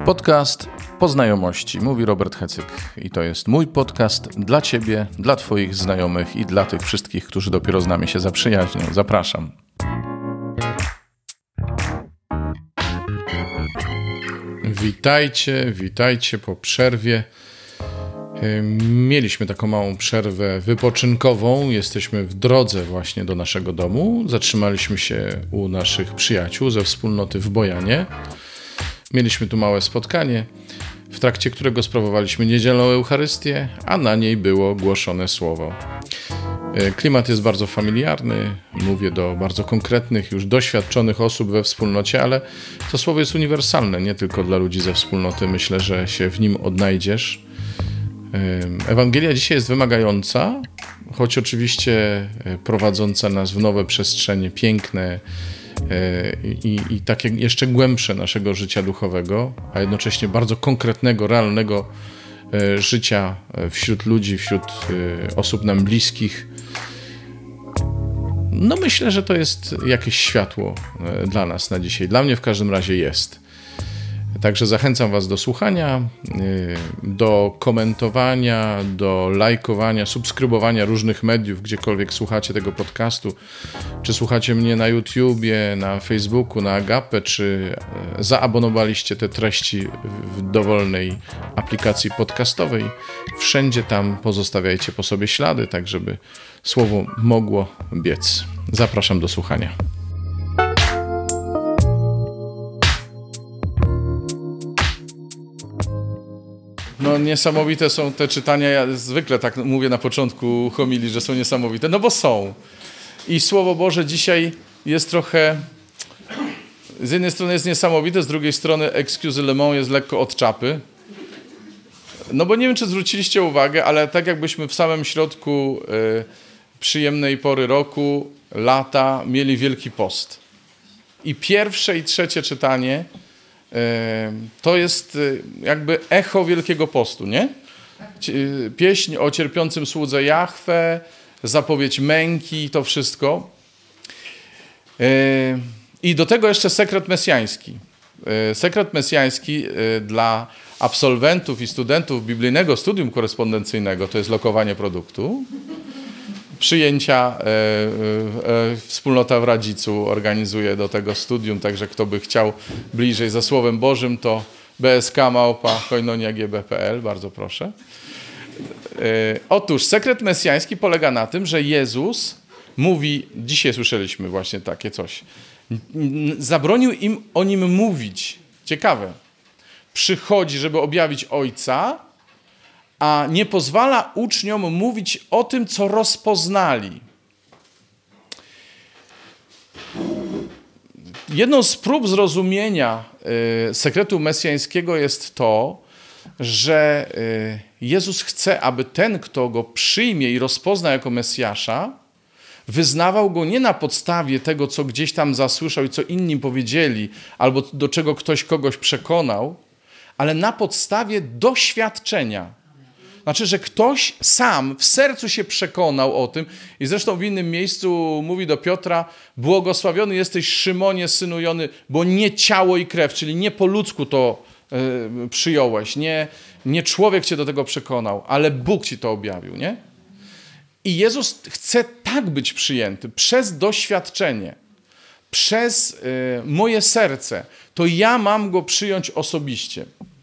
Podcast Po znajomości, mówi Robert Hecyk i to jest mój podcast dla Ciebie, dla Twoich znajomych i dla tych wszystkich, którzy dopiero z nami się zaprzyjaźnią. Zapraszam. Witajcie po przerwie. Mieliśmy taką małą przerwę wypoczynkową. Jesteśmy w drodze właśnie do naszego domu. Zatrzymaliśmy się u naszych przyjaciół ze wspólnoty w Bojanie. Mieliśmy tu małe spotkanie, w trakcie którego sprawowaliśmy niedzielną Eucharystię, a na niej było głoszone słowo. Klimat jest bardzo familiarny, mówię do bardzo konkretnych, już doświadczonych osób we wspólnocie, ale to słowo jest uniwersalne, nie tylko dla ludzi ze wspólnoty. Myślę, że się w nim odnajdziesz. Ewangelia dzisiaj jest wymagająca, choć oczywiście prowadząca nas w nowe przestrzenie, piękne i takie jeszcze głębsze naszego życia duchowego, a jednocześnie bardzo konkretnego, realnego życia wśród ludzi, wśród osób nam bliskich. No myślę, że to jest jakieś światło dla nas na dzisiaj. Dla mnie w każdym razie jest. Także zachęcam Was do słuchania, do komentowania, do lajkowania, subskrybowania różnych mediów, gdziekolwiek słuchacie tego podcastu. Czy słuchacie mnie na YouTubie, na Facebooku, na Agape, czy zaabonowaliście te treści w dowolnej aplikacji podcastowej. Wszędzie tam pozostawiajcie po sobie ślady, tak żeby słowo mogło biec. Zapraszam do słuchania. No niesamowite są te czytania, ja zwykle tak mówię na początku homilii, że są niesamowite, no bo są. I Słowo Boże dzisiaj jest trochę, z jednej strony jest niesamowite, z drugiej strony excuse le mot jest lekko od czapy. No bo nie wiem, czy zwróciliście uwagę, ale tak jakbyśmy w samym środku przyjemnej pory roku, lata, mieli Wielki Post. I pierwsze i trzecie czytanie to jest jakby echo Wielkiego Postu, nie? Pieśń o cierpiącym słudze Jahwe, zapowiedź męki, to wszystko. I do tego jeszcze sekret mesjański. Sekret mesjański dla absolwentów i studentów biblijnego studium korespondencyjnego to jest lokowanie produktu. Przyjęcia wspólnota w Radzicu organizuje do tego studium, także kto by chciał bliżej za Słowem Bożym, to bsk@koinoniagb.pl, bardzo proszę. Otóż sekret mesjański polega na tym, że Jezus mówi, dzisiaj słyszeliśmy właśnie takie coś, zabronił im o nim mówić. Ciekawe. Przychodzi, żeby objawić Ojca, a nie pozwala uczniom mówić o tym, co rozpoznali. Jedną z prób zrozumienia sekretu mesjańskiego jest to, że Jezus chce, aby ten, kto go przyjmie i rozpozna jako Mesjasza, wyznawał go nie na podstawie tego, co gdzieś tam zasłyszał i co inni powiedzieli, albo do czego ktoś kogoś przekonał, ale na podstawie doświadczenia. Znaczy, że ktoś sam w sercu się przekonał o tym i zresztą w innym miejscu mówi do Piotra: błogosławiony jesteś, Szymonie, synu Jony, bo nie ciało i krew, czyli nie po ludzku to przyjąłeś, nie człowiek cię do tego przekonał, ale Bóg ci to objawił, nie? I Jezus chce tak być przyjęty przez doświadczenie, przez moje serce. To ja mam go przyjąć osobiście.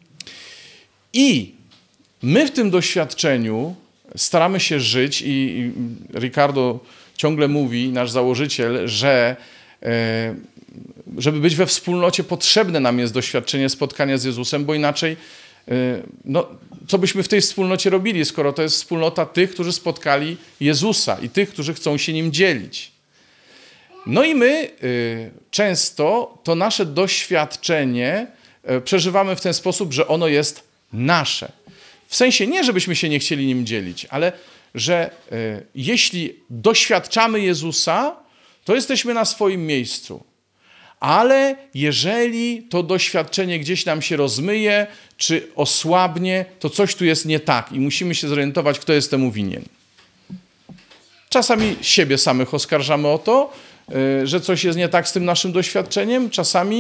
I my w tym doświadczeniu staramy się żyć i Ricardo ciągle mówi, nasz założyciel, że żeby być we wspólnocie potrzebne nam jest doświadczenie spotkania z Jezusem, bo inaczej co byśmy w tej wspólnocie robili, skoro to jest wspólnota tych, którzy spotkali Jezusa i tych, którzy chcą się Nim dzielić. No i my często to nasze doświadczenie przeżywamy w ten sposób, że ono jest nasze. W sensie nie, żebyśmy się nie chcieli nim dzielić, ale że jeśli doświadczamy Jezusa, to jesteśmy na swoim miejscu. Ale jeżeli to doświadczenie gdzieś nam się rozmyje, czy osłabnie, to coś tu jest nie tak i musimy się zorientować, kto jest temu winien. Czasami siebie samych oskarżamy o to, że coś jest nie tak z tym naszym doświadczeniem. Czasami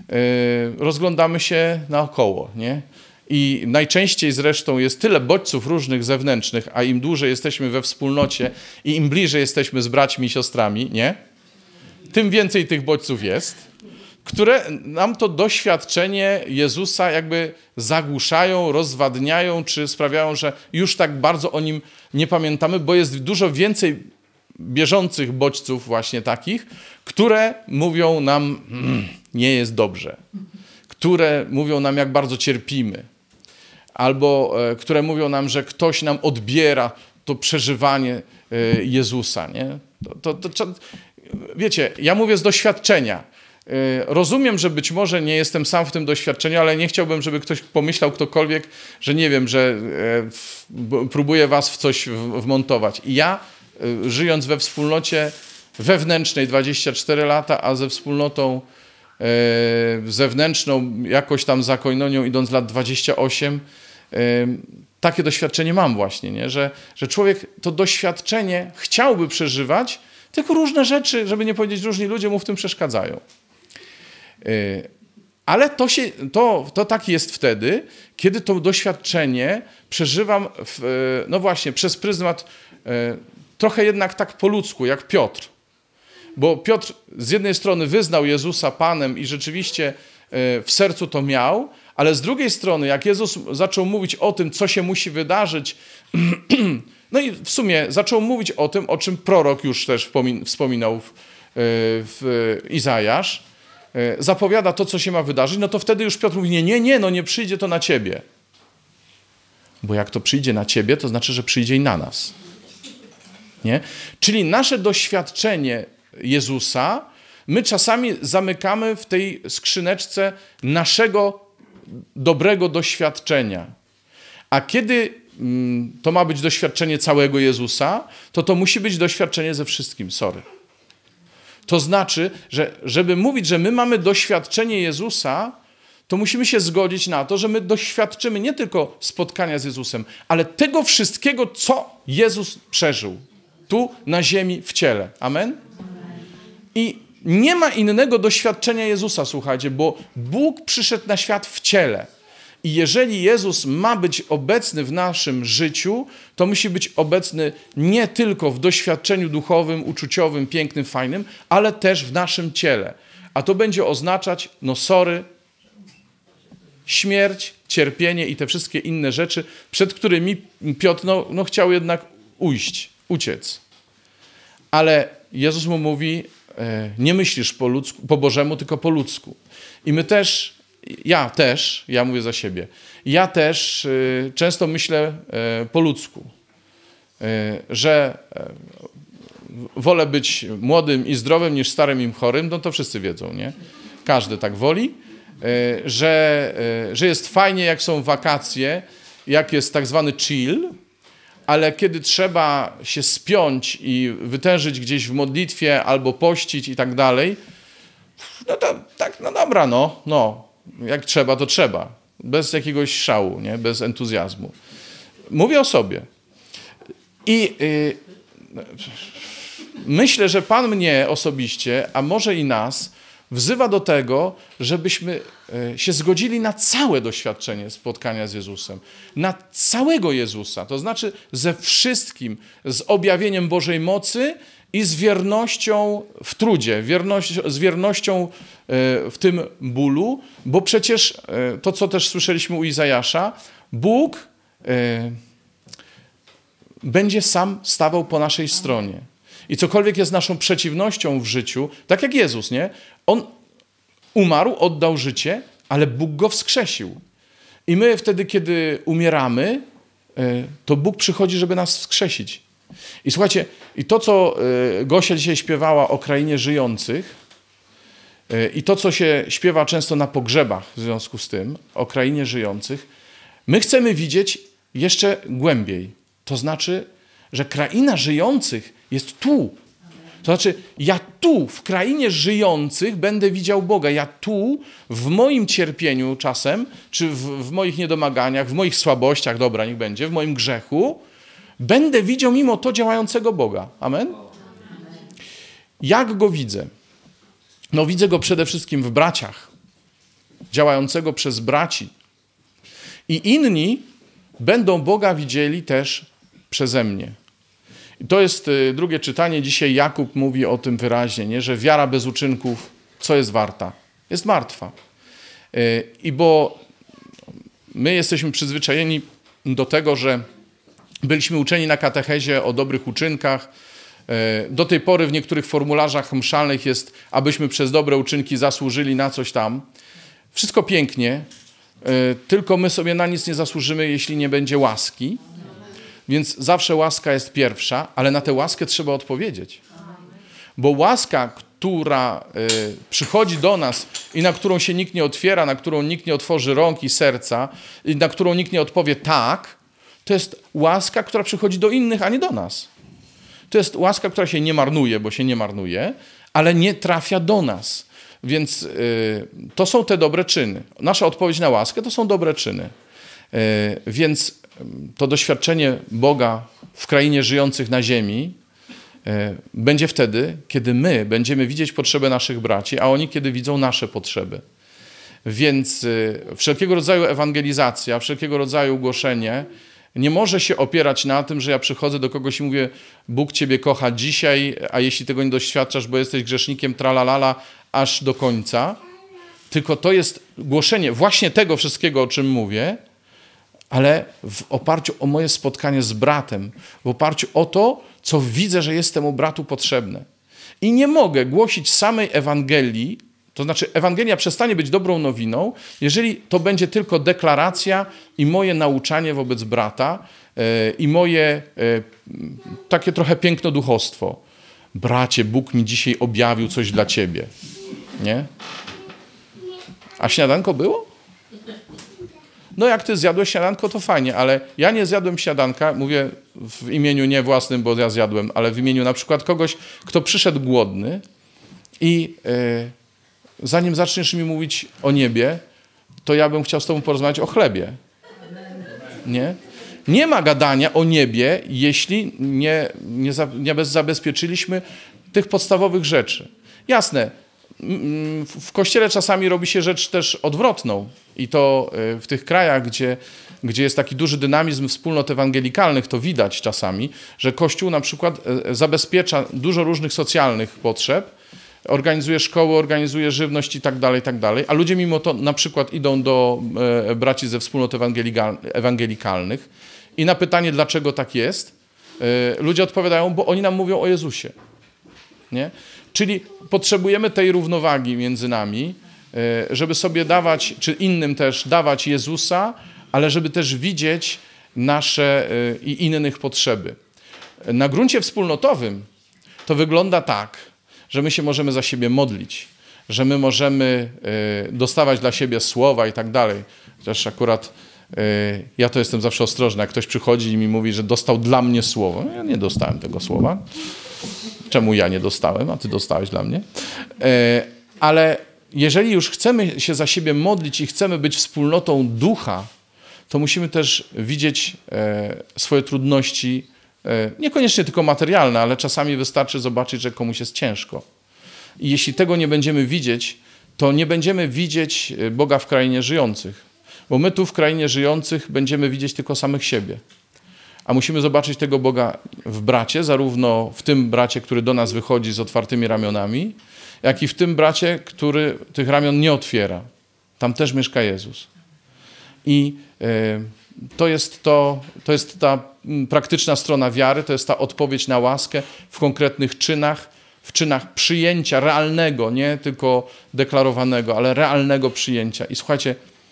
rozglądamy się naokoło, nie? I najczęściej zresztą jest tyle bodźców różnych zewnętrznych, a im dłużej jesteśmy we wspólnocie i im bliżej jesteśmy z braćmi i siostrami, nie? Tym więcej tych bodźców jest, które nam to doświadczenie Jezusa jakby zagłuszają, rozwadniają, czy sprawiają, że już tak bardzo o Nim nie pamiętamy, bo jest dużo więcej bieżących bodźców właśnie takich, które mówią nam, nie jest dobrze, które mówią nam, jak bardzo cierpimy, albo które mówią nam, że ktoś nam odbiera to przeżywanie Jezusa. Nie? Wiecie, ja mówię z doświadczenia. Rozumiem, że być może nie jestem sam w tym doświadczeniu, ale nie chciałbym, żeby ktoś pomyślał, ktokolwiek, że nie wiem, że próbuję was w coś wmontować. I ja, żyjąc we wspólnocie wewnętrznej 24 lata, a ze wspólnotą zewnętrzną, jakoś tam za koinonią idąc lat 28, takie doświadczenie mam właśnie, nie? Że człowiek to doświadczenie chciałby przeżywać, tylko różne rzeczy, żeby nie powiedzieć różni ludzie mu w tym przeszkadzają. Ale to tak jest wtedy, kiedy to doświadczenie przeżywam no właśnie przez pryzmat trochę jednak tak po ludzku, jak Piotr. Bo Piotr z jednej strony wyznał Jezusa Panem i rzeczywiście w sercu to miał, ale z drugiej strony, jak Jezus zaczął mówić o tym, co się musi wydarzyć, no i w sumie zaczął mówić o tym, o czym prorok już też wspominał w Izajasz, zapowiada to, co się ma wydarzyć, no to wtedy już Piotr mówi, nie, no nie przyjdzie to na ciebie. Bo jak to przyjdzie na ciebie, to znaczy, że przyjdzie i na nas. Nie? Czyli nasze doświadczenie Jezusa, my czasami zamykamy w tej skrzyneczce naszego dobrego doświadczenia. A kiedy to ma być doświadczenie całego Jezusa, to musi być doświadczenie ze wszystkim, sorry. To znaczy, że żeby mówić, że my mamy doświadczenie Jezusa, to musimy się zgodzić na to, że my doświadczymy nie tylko spotkania z Jezusem, ale tego wszystkiego, co Jezus przeżył tu na ziemi w ciele. Amen? I nie ma innego doświadczenia Jezusa, słuchajcie, bo Bóg przyszedł na świat w ciele. I jeżeli Jezus ma być obecny w naszym życiu, to musi być obecny nie tylko w doświadczeniu duchowym, uczuciowym, pięknym, fajnym, ale też w naszym ciele. A to będzie oznaczać, śmierć, cierpienie i te wszystkie inne rzeczy, przed którymi Piotr chciał jednak uciec. Ale Jezus mu mówi, nie myślisz po Bożemu, tylko po ludzku. I my też, ja mówię za siebie, ja też często myślę po ludzku, że wolę być młodym i zdrowym niż starym i chorym, no to wszyscy wiedzą, nie? Każdy tak woli, że jest fajnie, jak są wakacje, jak jest tak zwany chill, ale kiedy trzeba się spiąć i wytężyć gdzieś w modlitwie albo pościć i tak dalej, no to tak, no dobra, jak trzeba, to trzeba. Bez jakiegoś szału, nie? Bez entuzjazmu. Mówię o sobie. I myślę, że Pan mnie osobiście, a może i nas, wzywa do tego, żebyśmy się zgodzili na całe doświadczenie spotkania z Jezusem. Na całego Jezusa. To znaczy ze wszystkim, z objawieniem Bożej mocy i z wiernością w trudzie, z wiernością w tym bólu, bo przecież to, co też słyszeliśmy u Izajasza, Bóg będzie sam stawał po naszej stronie. I cokolwiek jest naszą przeciwnością w życiu, tak jak Jezus, nie? On umarł, oddał życie, ale Bóg go wskrzesił. I my wtedy, kiedy umieramy, to Bóg przychodzi, żeby nas wskrzesić. I słuchajcie, i to, co Gosia dzisiaj śpiewała o krainie żyjących, i to, co się śpiewa często na pogrzebach w związku z tym, o krainie żyjących, my chcemy widzieć jeszcze głębiej. To znaczy, że kraina żyjących jest tu. To znaczy, ja tu, w krainie żyjących będę widział Boga. Ja tu, w moim cierpieniu czasem, czy w moich niedomaganiach, w moich słabościach, dobra, niech będzie, w moim grzechu, będę widział mimo to działającego Boga. Amen? Jak Go widzę? No widzę Go przede wszystkim w braciach. działającego przez braci. I inni będą Boga widzieli też przeze mnie. I to jest drugie czytanie. Dzisiaj Jakub mówi o tym wyraźnie, nie? Że wiara bez uczynków, co jest warta? Jest martwa. I bo my jesteśmy przyzwyczajeni do tego, że byliśmy uczeni na katechezie o dobrych uczynkach. Do tej pory w niektórych formularzach mszalnych jest, abyśmy przez dobre uczynki zasłużyli na coś tam. Wszystko pięknie, tylko my sobie na nic nie zasłużymy, jeśli nie będzie łaski. Więc zawsze łaska jest pierwsza, ale na tę łaskę trzeba odpowiedzieć. Bo łaska, która przychodzi do nas i na którą się nikt nie otwiera, na którą nikt nie otworzy rąk i serca, i na którą nikt nie odpowie tak, to jest łaska, która przychodzi do innych, a nie do nas. To jest łaska, która się nie marnuje, bo się nie marnuje, ale nie trafia do nas. Więc to są te dobre czyny. Nasza odpowiedź na łaskę to są dobre czyny. Więc to doświadczenie Boga w krainie żyjących na ziemi będzie wtedy, kiedy my będziemy widzieć potrzeby naszych braci, a oni kiedy widzą nasze potrzeby. Więc wszelkiego rodzaju ewangelizacja, wszelkiego rodzaju głoszenie nie może się opierać na tym, że ja przychodzę do kogoś i mówię, Bóg ciebie kocha dzisiaj, a jeśli tego nie doświadczasz, bo jesteś grzesznikiem, tralalala, aż do końca. Tylko to jest głoszenie właśnie tego wszystkiego, o czym mówię, ale w oparciu o moje spotkanie z bratem, w oparciu o to, co widzę, że jest temu bratu potrzebne. I nie mogę głosić samej Ewangelii, to znaczy Ewangelia przestanie być dobrą nowiną, jeżeli to będzie tylko deklaracja i moje nauczanie wobec brata i moje takie trochę pięknoduchostwo. Bracie, Bóg mi dzisiaj objawił coś dla ciebie. Nie? A śniadanko było? No jak ty zjadłeś śniadanko, to fajnie, ale ja nie zjadłem śniadanka, mówię w imieniu nie własnym, bo ja zjadłem, ale w imieniu na przykład kogoś, kto przyszedł głodny i zanim zaczniesz mi mówić o niebie, to ja bym chciał z tobą porozmawiać o chlebie. Nie? Nie ma gadania o niebie, jeśli nie zabezpieczyliśmy tych podstawowych rzeczy. Jasne, w Kościele czasami robi się rzecz też odwrotną i to w tych krajach, gdzie jest taki duży dynamizm wspólnot ewangelikalnych, to widać czasami, że Kościół na przykład zabezpiecza dużo różnych socjalnych potrzeb, organizuje szkoły, organizuje żywność i tak dalej, a ludzie mimo to na przykład idą do braci ze wspólnot ewangelikalnych i na pytanie, dlaczego tak jest, ludzie odpowiadają, bo oni nam mówią o Jezusie. Nie? Czyli potrzebujemy tej równowagi między nami, żeby sobie dawać, czy innym też dawać Jezusa, ale żeby też widzieć nasze i innych potrzeby. Na gruncie wspólnotowym to wygląda tak, że my się możemy za siebie modlić, że my możemy dostawać dla siebie słowa i tak dalej. Chociaż akurat ja to jestem zawsze ostrożny, jak ktoś przychodzi i mi mówi, że dostał dla mnie słowo. Ja nie dostałem tego słowa. Czemu ja nie dostałem, a ty dostałeś dla mnie? Ale jeżeli już chcemy się za siebie modlić i chcemy być wspólnotą ducha, to musimy też widzieć swoje trudności, niekoniecznie tylko materialne, ale czasami wystarczy zobaczyć, że komuś jest ciężko. I jeśli tego nie będziemy widzieć, to nie będziemy widzieć Boga w krainie żyjących. Bo my tu w krainie żyjących będziemy widzieć tylko samych siebie. A musimy zobaczyć tego Boga w bracie, zarówno w tym bracie, który do nas wychodzi z otwartymi ramionami, jak i w tym bracie, który tych ramion nie otwiera. Tam też mieszka Jezus. I to jest ta praktyczna strona wiary, to jest ta odpowiedź na łaskę w konkretnych czynach, w czynach przyjęcia realnego, nie tylko deklarowanego, ale realnego przyjęcia. I słuchajcie,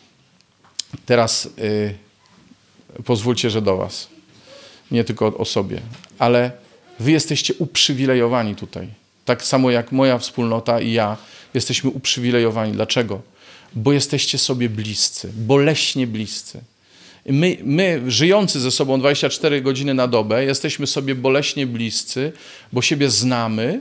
teraz pozwólcie, że do was. Nie tylko o sobie, ale wy jesteście uprzywilejowani tutaj. Tak samo jak moja wspólnota i ja jesteśmy uprzywilejowani. Dlaczego? Bo jesteście sobie bliscy, boleśnie bliscy. My żyjący ze sobą 24 godziny na dobę, jesteśmy sobie boleśnie bliscy, bo siebie znamy,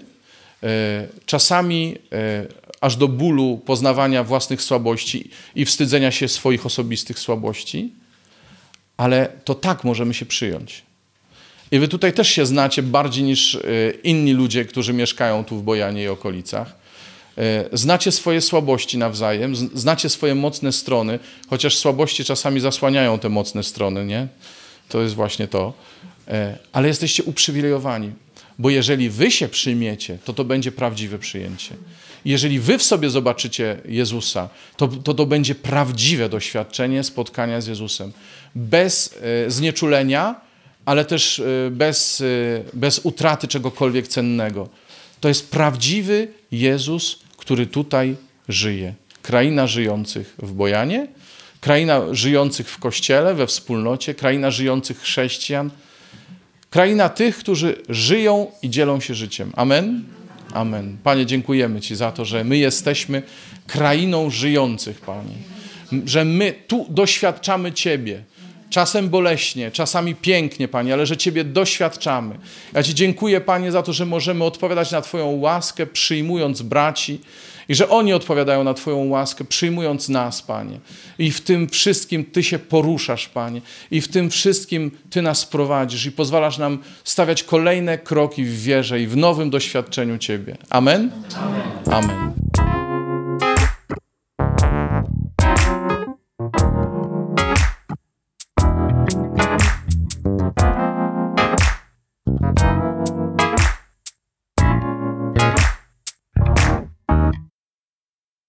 czasami aż do bólu poznawania własnych słabości i wstydzenia się swoich osobistych słabości, ale to tak możemy się przyjąć. I wy tutaj też się znacie bardziej niż inni ludzie, którzy mieszkają tu w Bojanie i okolicach. Znacie swoje słabości nawzajem, znacie swoje mocne strony, chociaż słabości czasami zasłaniają te mocne strony, nie? To jest właśnie to. Ale jesteście uprzywilejowani, bo jeżeli wy się przyjmiecie, to będzie prawdziwe przyjęcie. Jeżeli wy w sobie zobaczycie Jezusa, to będzie prawdziwe doświadczenie spotkania z Jezusem. Bez znieczulenia, ale też bez utraty czegokolwiek cennego. To jest prawdziwy Jezus, który tutaj żyje. Kraina żyjących w Bojanie, kraina żyjących w Kościele, we wspólnocie, kraina żyjących chrześcijan, kraina tych, którzy żyją i dzielą się życiem. Amen? Amen. Panie, dziękujemy Ci za to, że my jesteśmy krainą żyjących, Panie. Że my tu doświadczamy Ciebie. Czasem boleśnie, czasami pięknie, Panie, ale że Ciebie doświadczamy. Ja Ci dziękuję, Panie, za to, że możemy odpowiadać na Twoją łaskę, przyjmując braci i że oni odpowiadają na Twoją łaskę, przyjmując nas, Panie. I w tym wszystkim Ty się poruszasz, Panie. I w tym wszystkim Ty nas prowadzisz i pozwalasz nam stawiać kolejne kroki w wierze i w nowym doświadczeniu Ciebie. Amen? Amen. Amen.